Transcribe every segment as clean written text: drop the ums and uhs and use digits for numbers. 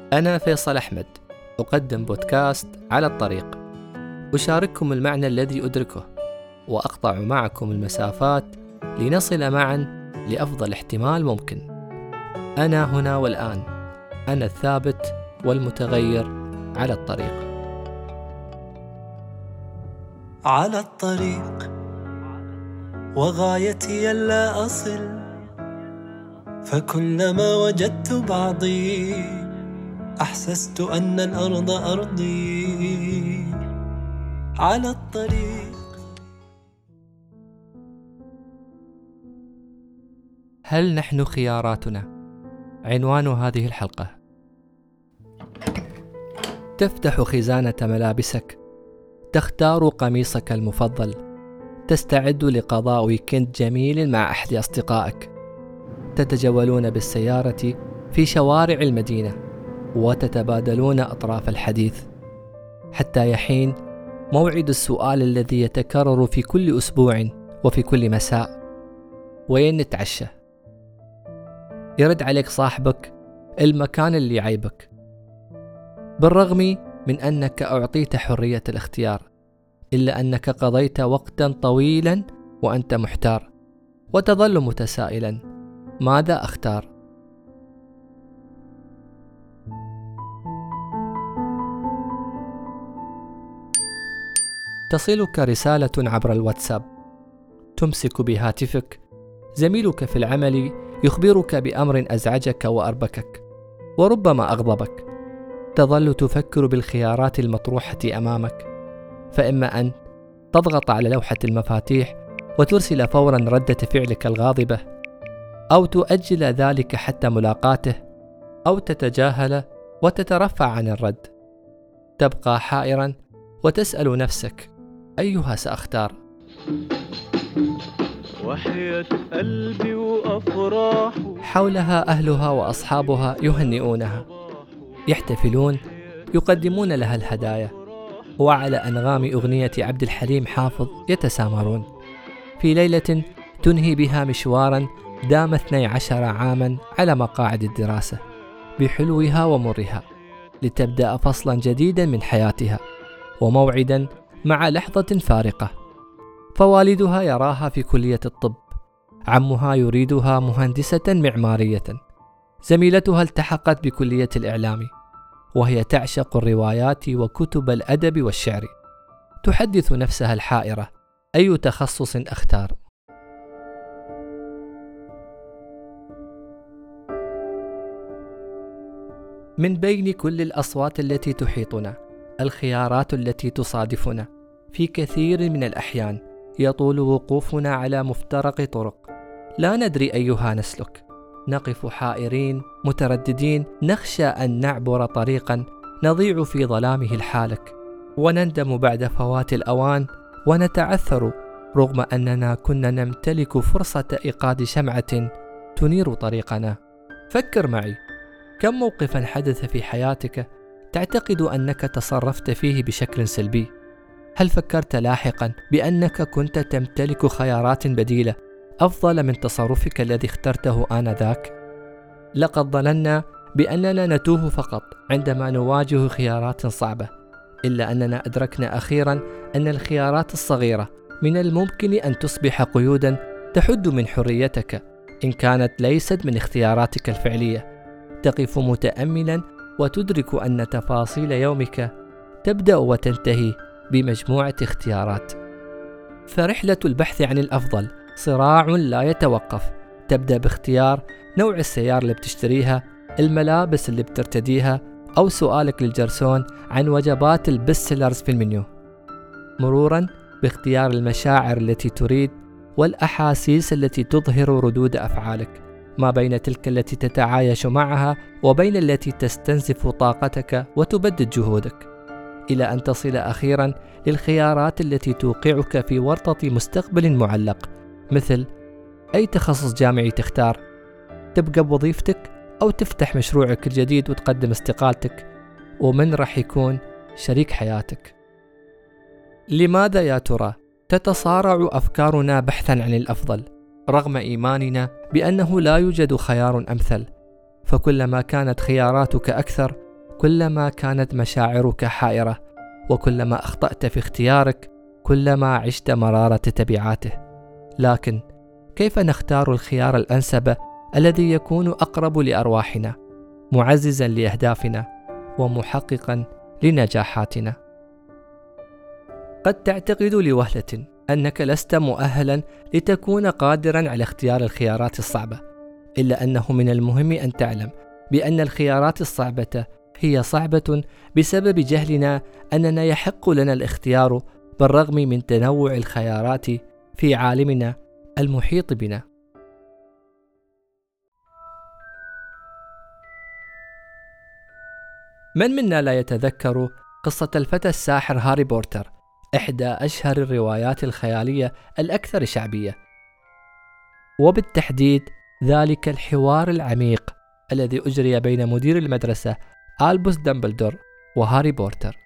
أنا فيصل أحمد، أقدم بودكاست على الطريق، أشارككم المعنى الذي أدركه وأقطع معكم المسافات لنصل معا لأفضل احتمال ممكن. أنا هنا والآن، أنا الثابت والمتغير على الطريق. على الطريق وغايتي ألا أصل، فكلما وجدت بعضي أحسست أن الأرض أرضي. على الطريق. هل نحن خياراتنا؟ عنوان هذه الحلقة. تفتح خزانة ملابسك، تختار قميصك المفضل، تستعد لقضاء ويكند جميل مع أحد أصدقائك، تتجولون بالسيارة في شوارع المدينة وتتبادلون أطراف الحديث، حتى يحين موعد السؤال الذي يتكرر في كل أسبوع وفي كل مساء: وين نتعشى؟ يرد عليك صاحبك: المكان اللي يعيبك. بالرغم من أنك أعطيت حرية الاختيار، إلا أنك قضيت وقتا طويلا وأنت محتار، وتظل متسائلا: ماذا أختار؟ تصلك رسالة عبر الواتساب، تمسك بهاتفك، زميلك في العمل يخبرك بأمر أزعجك وأربكك وربما أغضبك. تظل تفكر بالخيارات المطروحة أمامك، فإما أن تضغط على لوحة المفاتيح وترسل فورا ردة فعلك الغاضبة، أو تؤجل ذلك حتى ملاقاته، أو تتجاهل وتترفع عن الرد. تبقى حائرا وتسأل نفسك: أيها سأختار؟ وحياة قلبي وأفراح. حولها أهلها وأصحابها يهنئونها، يحتفلون، يقدمون لها الهدايا، وعلى أنغام أغنية عبد الحليم حافظ يتسامرون في ليلة تنهي بها مشوارا دام 12 عاما على مقاعد الدراسة، بحلوها ومرها، لتبدأ فصلا جديدا من حياتها وموعدا مع لحظة فارقة. فوالدها يراها في كلية الطب، عمها يريدها مهندسة معمارية، زميلتها التحقت بكلية الإعلام، وهي تعشق الروايات وكتب الأدب والشعر. تحدث نفسها الحائرة: أي تخصص أختار؟ من بين كل الأصوات التي تحيطنا، الخيارات التي تصادفنا في كثير من الأحيان يطول وقوفنا على مفترق طرق، لا ندري أيها نسلك. نقف حائرين مترددين، نخشى أن نعبر طريقا نضيع في ظلامه الحالك، ونندم بعد فوات الأوان، ونتعثر رغم أننا كنا نمتلك فرصة إيقاد شمعة تنير طريقنا. فكر معي، كم موقفا حدث في حياتك تعتقد أنك تصرفت فيه بشكل سلبي؟ هل فكرت لاحقا بأنك كنت تمتلك خيارات بديلة أفضل من تصرفك الذي اخترته آنذاك؟ لقد ظننا بأننا نتوه فقط عندما نواجه خيارات صعبة، إلا أننا أدركنا أخيرا أن الخيارات الصغيرة من الممكن أن تصبح قيودا تحد من حريتك إن كانت ليست من اختياراتك الفعلية. تقف متأملا وتدرك أن تفاصيل يومك تبدأ وتنتهي بمجموعة اختيارات. فرحلة البحث عن الأفضل صراع لا يتوقف. تبدأ باختيار نوع السيارة اللي بتشتريها، الملابس اللي بترتديها، أو سؤالك للجرسون عن وجبات البستسيلرز في المنيو، مرورا باختيار المشاعر التي تريد والأحاسيس التي تظهر ردود أفعالك، ما بين تلك التي تتعايش معها وبين التي تستنزف طاقتك وتبدد جهودك، إلى أن تصل أخيرا للخيارات التي توقعك في ورطة مستقبل معلق، مثل: أي تخصص جامعي تختار؟ تبقى بوظيفتك أو تفتح مشروعك الجديد وتقدم استقالتك؟ ومن رح يكون شريك حياتك؟ لماذا يا ترى تتصارع أفكارنا بحثا عن الأفضل رغم إيماننا بأنه لا يوجد خيار أمثل؟ فكلما كانت خياراتك أكثر، كلما كانت مشاعرك حائرة، وكلما أخطأت في اختيارك كلما عشت مرارة تبعاته. لكن كيف نختار الخيار الأنسب الذي يكون أقرب لأرواحنا، معززا لأهدافنا ومحققا لنجاحاتنا؟ قد تعتقد لوهلة أنك لست مؤهلا لتكون قادرا على اختيار الخيارات الصعبة، إلا أنه من المهم أن تعلم بأن الخيارات الصعبة هي صعبة بسبب جهلنا أننا يحق لنا الاختيار بالرغم من تنوع الخيارات في عالمنا المحيط بنا. من منا لا يتذكر قصة الفتى الساحر هاري بوتر، إحدى أشهر الروايات الخيالية الأكثر شعبية، وبالتحديد ذلك الحوار العميق الذي أجري بين مدير المدرسة ألبوس دامبلدور وهاري بوتر.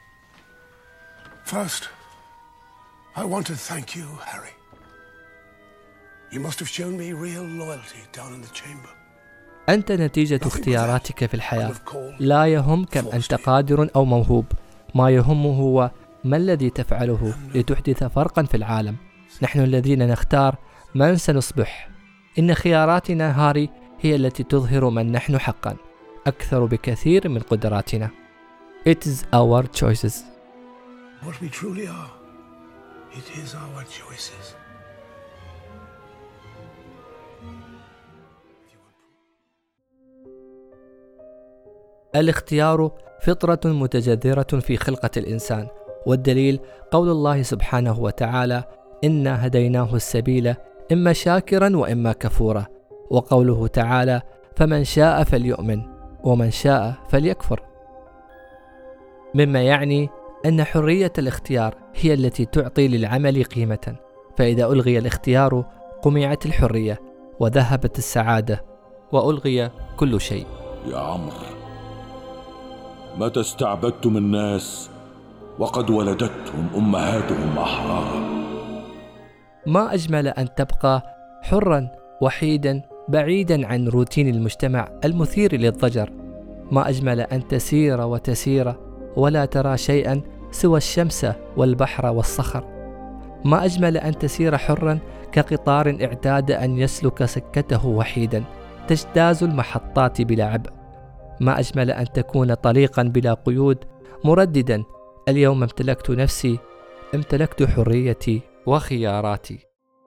First, I want to thank you, Harry. You must have shown me real loyalty down in the chamber. أنت نتيجة اختياراتك في الحياة، لا يهم كم أنت قادر أو موهوب، ما يهم هو ما الذي تفعله لتحدث فرقا في العالم. نحن الذين نختار من سنصبح. إن خياراتنا هاري هي التي تظهر من نحن حقا، أكثر بكثير من قدراتنا. It is our choices. What we truly are, it is our choices. الاختيار فطرة متجذرة في خلقة الإنسان، والدليل قول الله سبحانه وتعالى: إنا هديناه السبيل إما شاكرا وإما كفورا، وقوله تعالى: فمن شاء فليؤمن ومن شاء فليكفر، مما يعني أن حرية الاختيار هي التي تعطي للعمل قيمة، فإذا ألغي الاختيار قمعت الحرية وذهبت السعادة وألغي كل شيء. يا عمرو، متى استعبدتم الناس وقد ولدتهم أمهاتهم أحرارا؟ ما أجمل أن تبقى حرا وحيدا بعيدا عن روتين المجتمع المثير للضجر. ما أجمل أن تسير وتسير ولا ترى شيئا سوى الشمس والبحر والصخر. ما أجمل أن تسير حرا كقطار اعتاد أن يسلك سكته وحيدا تجتاز المحطات بلا عبء. ما أجمل أن تكون طليقا بلا قيود مرددا: اليوم امتلكت نفسي، امتلكت حريتي وخياراتي.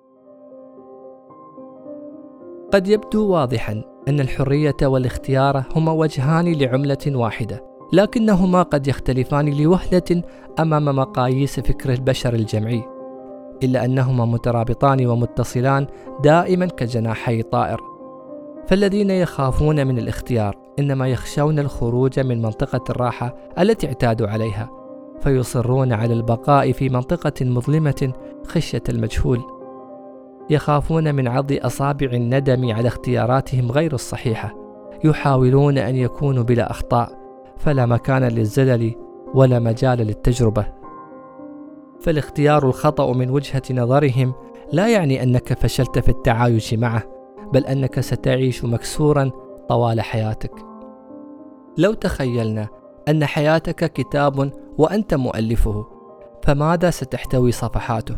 قد يبدو واضحا أن الحرية والاختيار هما وجهان لعملة واحدة، لكنهما قد يختلفان لوهلة أمام مقاييس فكر البشر الجمعي، إلا أنهما مترابطان ومتصلان دائما كجناحي طائر. فالذين يخافون من الاختيار إنما يخشون الخروج من منطقة الراحة التي اعتادوا عليها، فيصرون على البقاء في منطقة مظلمة خشية المجهول. يخافون من عض أصابع الندم على اختياراتهم غير الصحيحة، يحاولون أن يكونوا بلا أخطاء، فلا مكان للزلل ولا مجال للتجربة. فالاختيار الخطأ من وجهة نظرهم لا يعني أنك فشلت في التعايش معه، بل أنك ستعيش مكسورا طوال حياتك. لو تخيلنا أن حياتك كتاب وأنت مؤلفه، فماذا ستحتوي صفحاته؟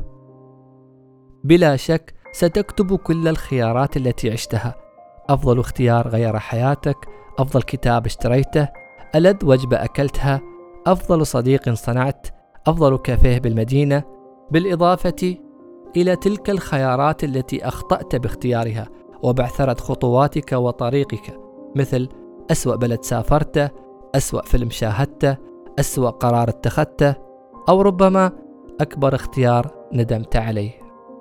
بلا شك ستكتب كل الخيارات التي عشتها: أفضل اختيار غير حياتك، أفضل كتاب اشتريته، ألذ وجبة أكلتها، أفضل صديق صنعت، أفضل كافيه بالمدينة، بالإضافة إلى تلك الخيارات التي أخطأت باختيارها وبعثرت خطواتك وطريقك، مثل أسوأ بلد سافرته، أسوأ فيلم شاهدته، أسوأ قرار اتخذته، أو ربما أكبر اختيار ندمت عليه.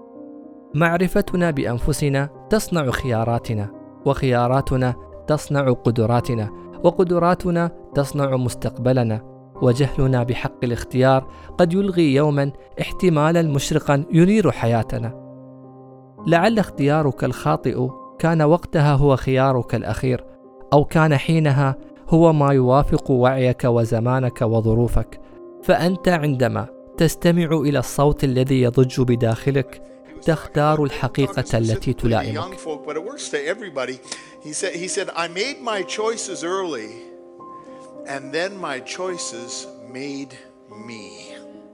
معرفتنا بأنفسنا تصنع خياراتنا، وخياراتنا تصنع قدراتنا، وقدراتنا تصنع مستقبلنا، وجهلنا بحق الاختيار قد يلغي يوما احتمالا مشرقا ينير حياتنا. لعل اختيارك الخاطئ كان وقتها هو خيارك الأخير، أو كان حينها هو ما يوافق وعيك وزمانك وظروفك. فأنت عندما تستمع إلى الصوت الذي يضج بداخلك تختار الحقيقة التي تلائمك. He said, I made my choices early And then my choices made me.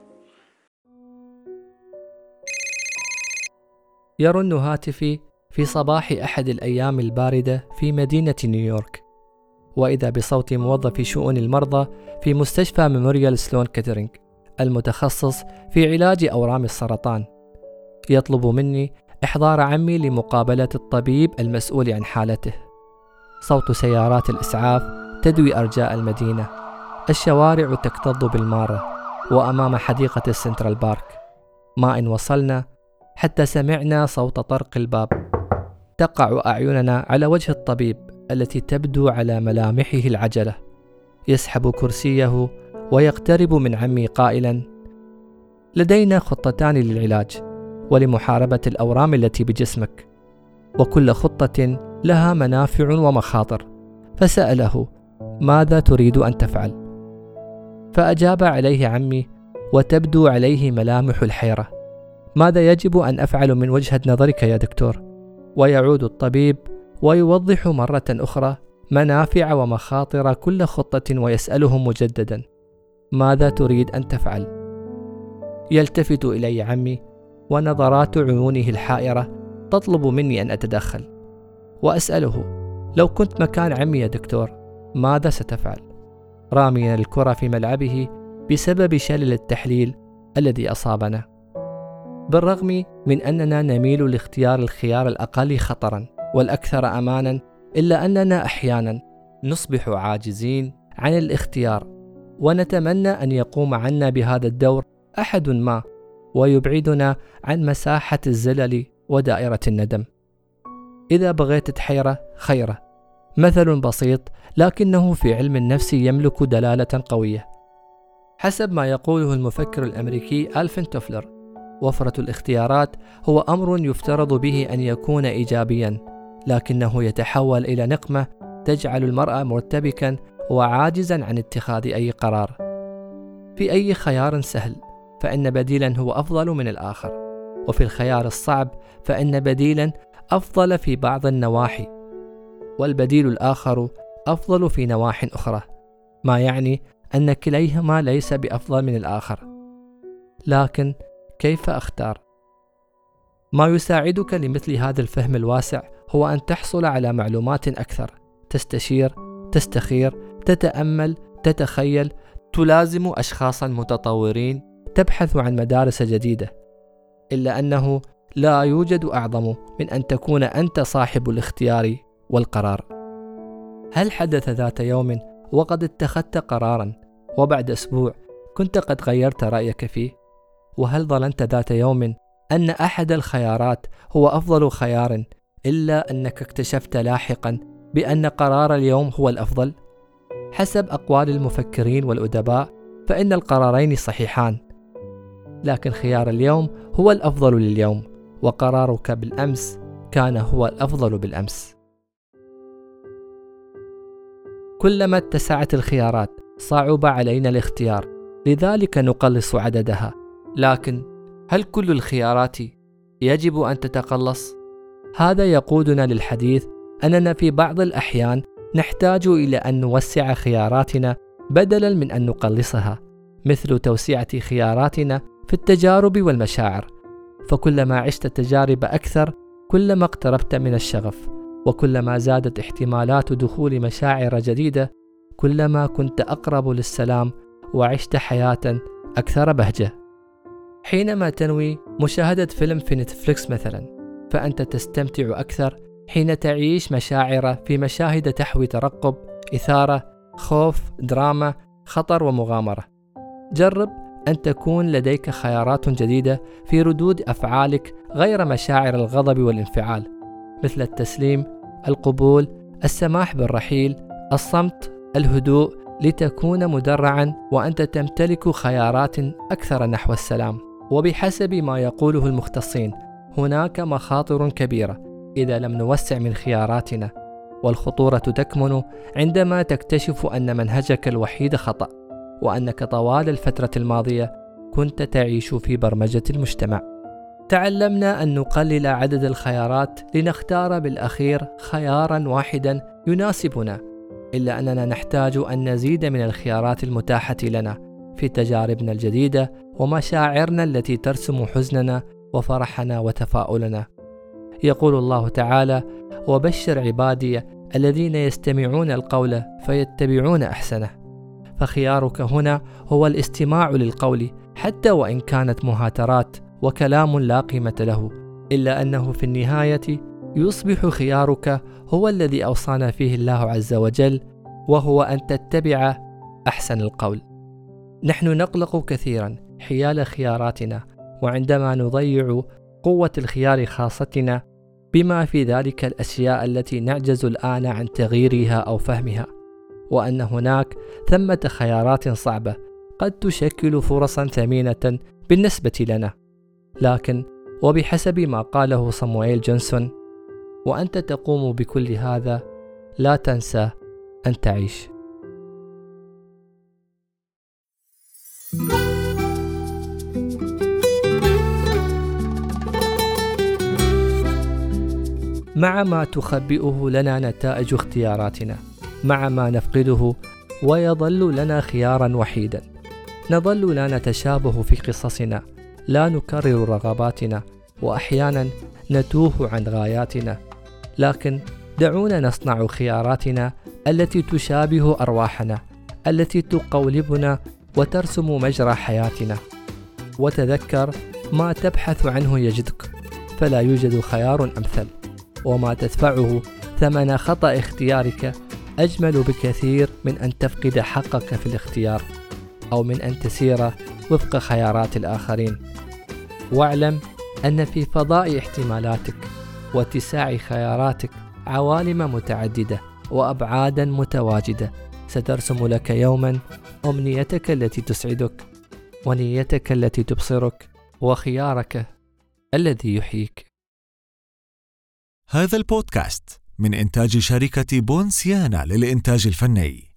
يرن هاتفي في صباح أحد الأيام الباردة في مدينة نيويورك، وإذا بصوت موظف شؤون المرضى في مستشفى ميموريال سلون كيترينج المتخصص في علاج أورام السرطان، يطلب مني إحضار عمي لمقابلة الطبيب المسؤول عن حالته. صوت سيارات الإسعاف تدوي أرجاء المدينة، الشوارع تكتظ بالمارة، وأمام حديقة السنترال بارك ما إن وصلنا حتى سمعنا صوت طرق الباب. تقع أعيننا على وجه الطبيب التي تبدو على ملامحه العجلة. يسحب كرسيه ويقترب من عمي قائلا: لدينا خطتان للعلاج ولمحاربة الأورام التي بجسمك، وكل خطة لها منافع ومخاطر. فسأله: ماذا تريد أن تفعل؟ فأجاب عليه عمي وتبدو عليه ملامح الحيرة: ماذا يجب أن أفعل من وجهة نظرك يا دكتور؟ ويعود الطبيب ويوضح مرة أخرى منافع ومخاطر كل خطة ويسأله مجددا: ماذا تريد أن تفعل؟ يلتفت إلي عمي ونظرات عيونه الحائرة تطلب مني أن أتدخل، وأسأله: لو كنت مكان عمي يا دكتور ماذا ستفعل؟ راميا الكرة في ملعبه بسبب شلل التحليل الذي أصابنا. بالرغم من أننا نميل لاختيار الخيار الأقل خطرا والأكثر أمانا، إلا أننا أحيانا نصبح عاجزين عن الاختيار، ونتمنى أن يقوم عنا بهذا الدور أحد ما ويبعدنا عن مساحة الزلل ودائرة الندم. إذا بغيت تحيرة خيرة، مثل بسيط لكنه في علم النفس يملك دلالة قوية. حسب ما يقوله المفكر الأمريكي ألفين توفلر، وفرة الاختيارات هو أمر يفترض به أن يكون إيجابيا، لكنه يتحول إلى نقمة تجعل المرء مرتبكا وعاجزا عن اتخاذ أي قرار. في أي خيار سهل فإن بديلا هو أفضل من الآخر، وفي الخيار الصعب فإن بديلا أفضل في بعض النواحي، والبديل الآخر أفضل في نواح أخرى، ما يعني أن كليهما ليس بأفضل من الآخر. لكن كيف أختار؟ ما يساعدك لمثل هذا الفهم الواسع هو أن تحصل على معلومات أكثر، تستشير، تستخير، تتأمل، تتخيل، تلازم أشخاصا متطورين، تبحث عن مدارس جديدة. إلا أنه لا يوجد أعظم من أن تكون أنت صاحب الاختيار والقرار. هل حدث ذات يوم وقد اتخذت قرارا وبعد أسبوع كنت قد غيرت رأيك فيه؟ وهل ظننت ذات يوم أن أحد الخيارات هو أفضل خيار، إلا أنك اكتشفت لاحقا بأن قرار اليوم هو الأفضل؟ حسب أقوال المفكرين والأدباء فإن القرارين صحيحان، لكن خيار اليوم هو الأفضل لليوم، وقرارك بالأمس كان هو الأفضل بالأمس. كلما اتسعت الخيارات صعب علينا الاختيار، لذلك نقلص عددها. لكن هل كل الخيارات يجب أن تتقلص؟ هذا يقودنا للحديث أننا في بعض الأحيان نحتاج إلى أن نوسع خياراتنا بدلاً من أن نقلصها، مثل توسعة خياراتنا في التجارب والمشاعر. فكلما عشت تجارب أكثر كلما اقتربت من الشغف، وكلما زادت احتمالات دخول مشاعر جديدة كلما كنت أقرب للسلام وعشت حياة أكثر بهجة. حينما تنوي مشاهدة فيلم في نتفليكس مثلا، فأنت تستمتع أكثر حين تعيش مشاعر في مشاهد تحوي ترقب، إثارة، خوف، دراما، خطر ومغامرة. جرب أن تكون لديك خيارات جديدة في ردود أفعالك غير مشاعر الغضب والانفعال، مثل التسليم، القبول، السماح بالرحيل، الصمت، الهدوء، لتكون مدرعا وأنت تمتلك خيارات أكثر نحو السلام. وبحسب ما يقوله المختصين هناك مخاطر كبيرة إذا لم نوسع من خياراتنا، والخطورة تكمن عندما تكتشف أن منهجك الوحيد خطأ، وأنك طوال الفترة الماضية كنت تعيش في برمجة المجتمع. تعلمنا أن نقلل عدد الخيارات لنختار بالأخير خيارا واحدا يناسبنا، إلا أننا نحتاج أن نزيد من الخيارات المتاحة لنا في تجاربنا الجديدة ومشاعرنا التي ترسم حزننا وفرحنا وتفاؤلنا. يقول الله تعالى: وبشر عبادي الذين يستمعون القول فيتبعون أحسنه. فخيارك هنا هو الاستماع للقول حتى وإن كانت مهاترات وكلام لا قيمة له، إلا أنه في النهاية يصبح خيارك هو الذي أوصانا فيه الله عز وجل، وهو أن تتبع أحسن القول. نحن نقلق كثيرا حيال خياراتنا، وعندما نضيع قوة الخيار خاصتنا، بما في ذلك الأشياء التي نعجز الآن عن تغييرها أو فهمها، وأن هناك ثمة خيارات صعبة قد تشكل فرصا ثمينة بالنسبة لنا. لكن وبحسب ما قاله صموئيل جونسون: وأنت تقوم بكل هذا لا تنسى أن تعيش. مع ما تخبئه لنا نتائج اختياراتنا، مع ما نفقده ويظل لنا خيارا وحيدا، نظل لا نتشابه في قصصنا، لا نكرر رغباتنا، وأحيانا نتوه عن غاياتنا. لكن دعونا نصنع خياراتنا التي تشابه أرواحنا، التي تقولبنا وترسم مجرى حياتنا. وتذكر: ما تبحث عنه يجدك، فلا يوجد خيار أمثل، وما تدفعه ثمن خطأ اختيارك أجمل بكثير من أن تفقد حقك في الاختيار، أو من أن تسير وفق خيارات الآخرين. واعلم أن في فضاء احتمالاتك واتساع خياراتك عوالم متعددة وأبعادا متواجدة سترسم لك يوما أمنيتك التي تسعدك، ونيتك التي تبصرك، وخيارك الذي يحييك. هذا البودكاست من إنتاج شركة بونسيانا للإنتاج الفني.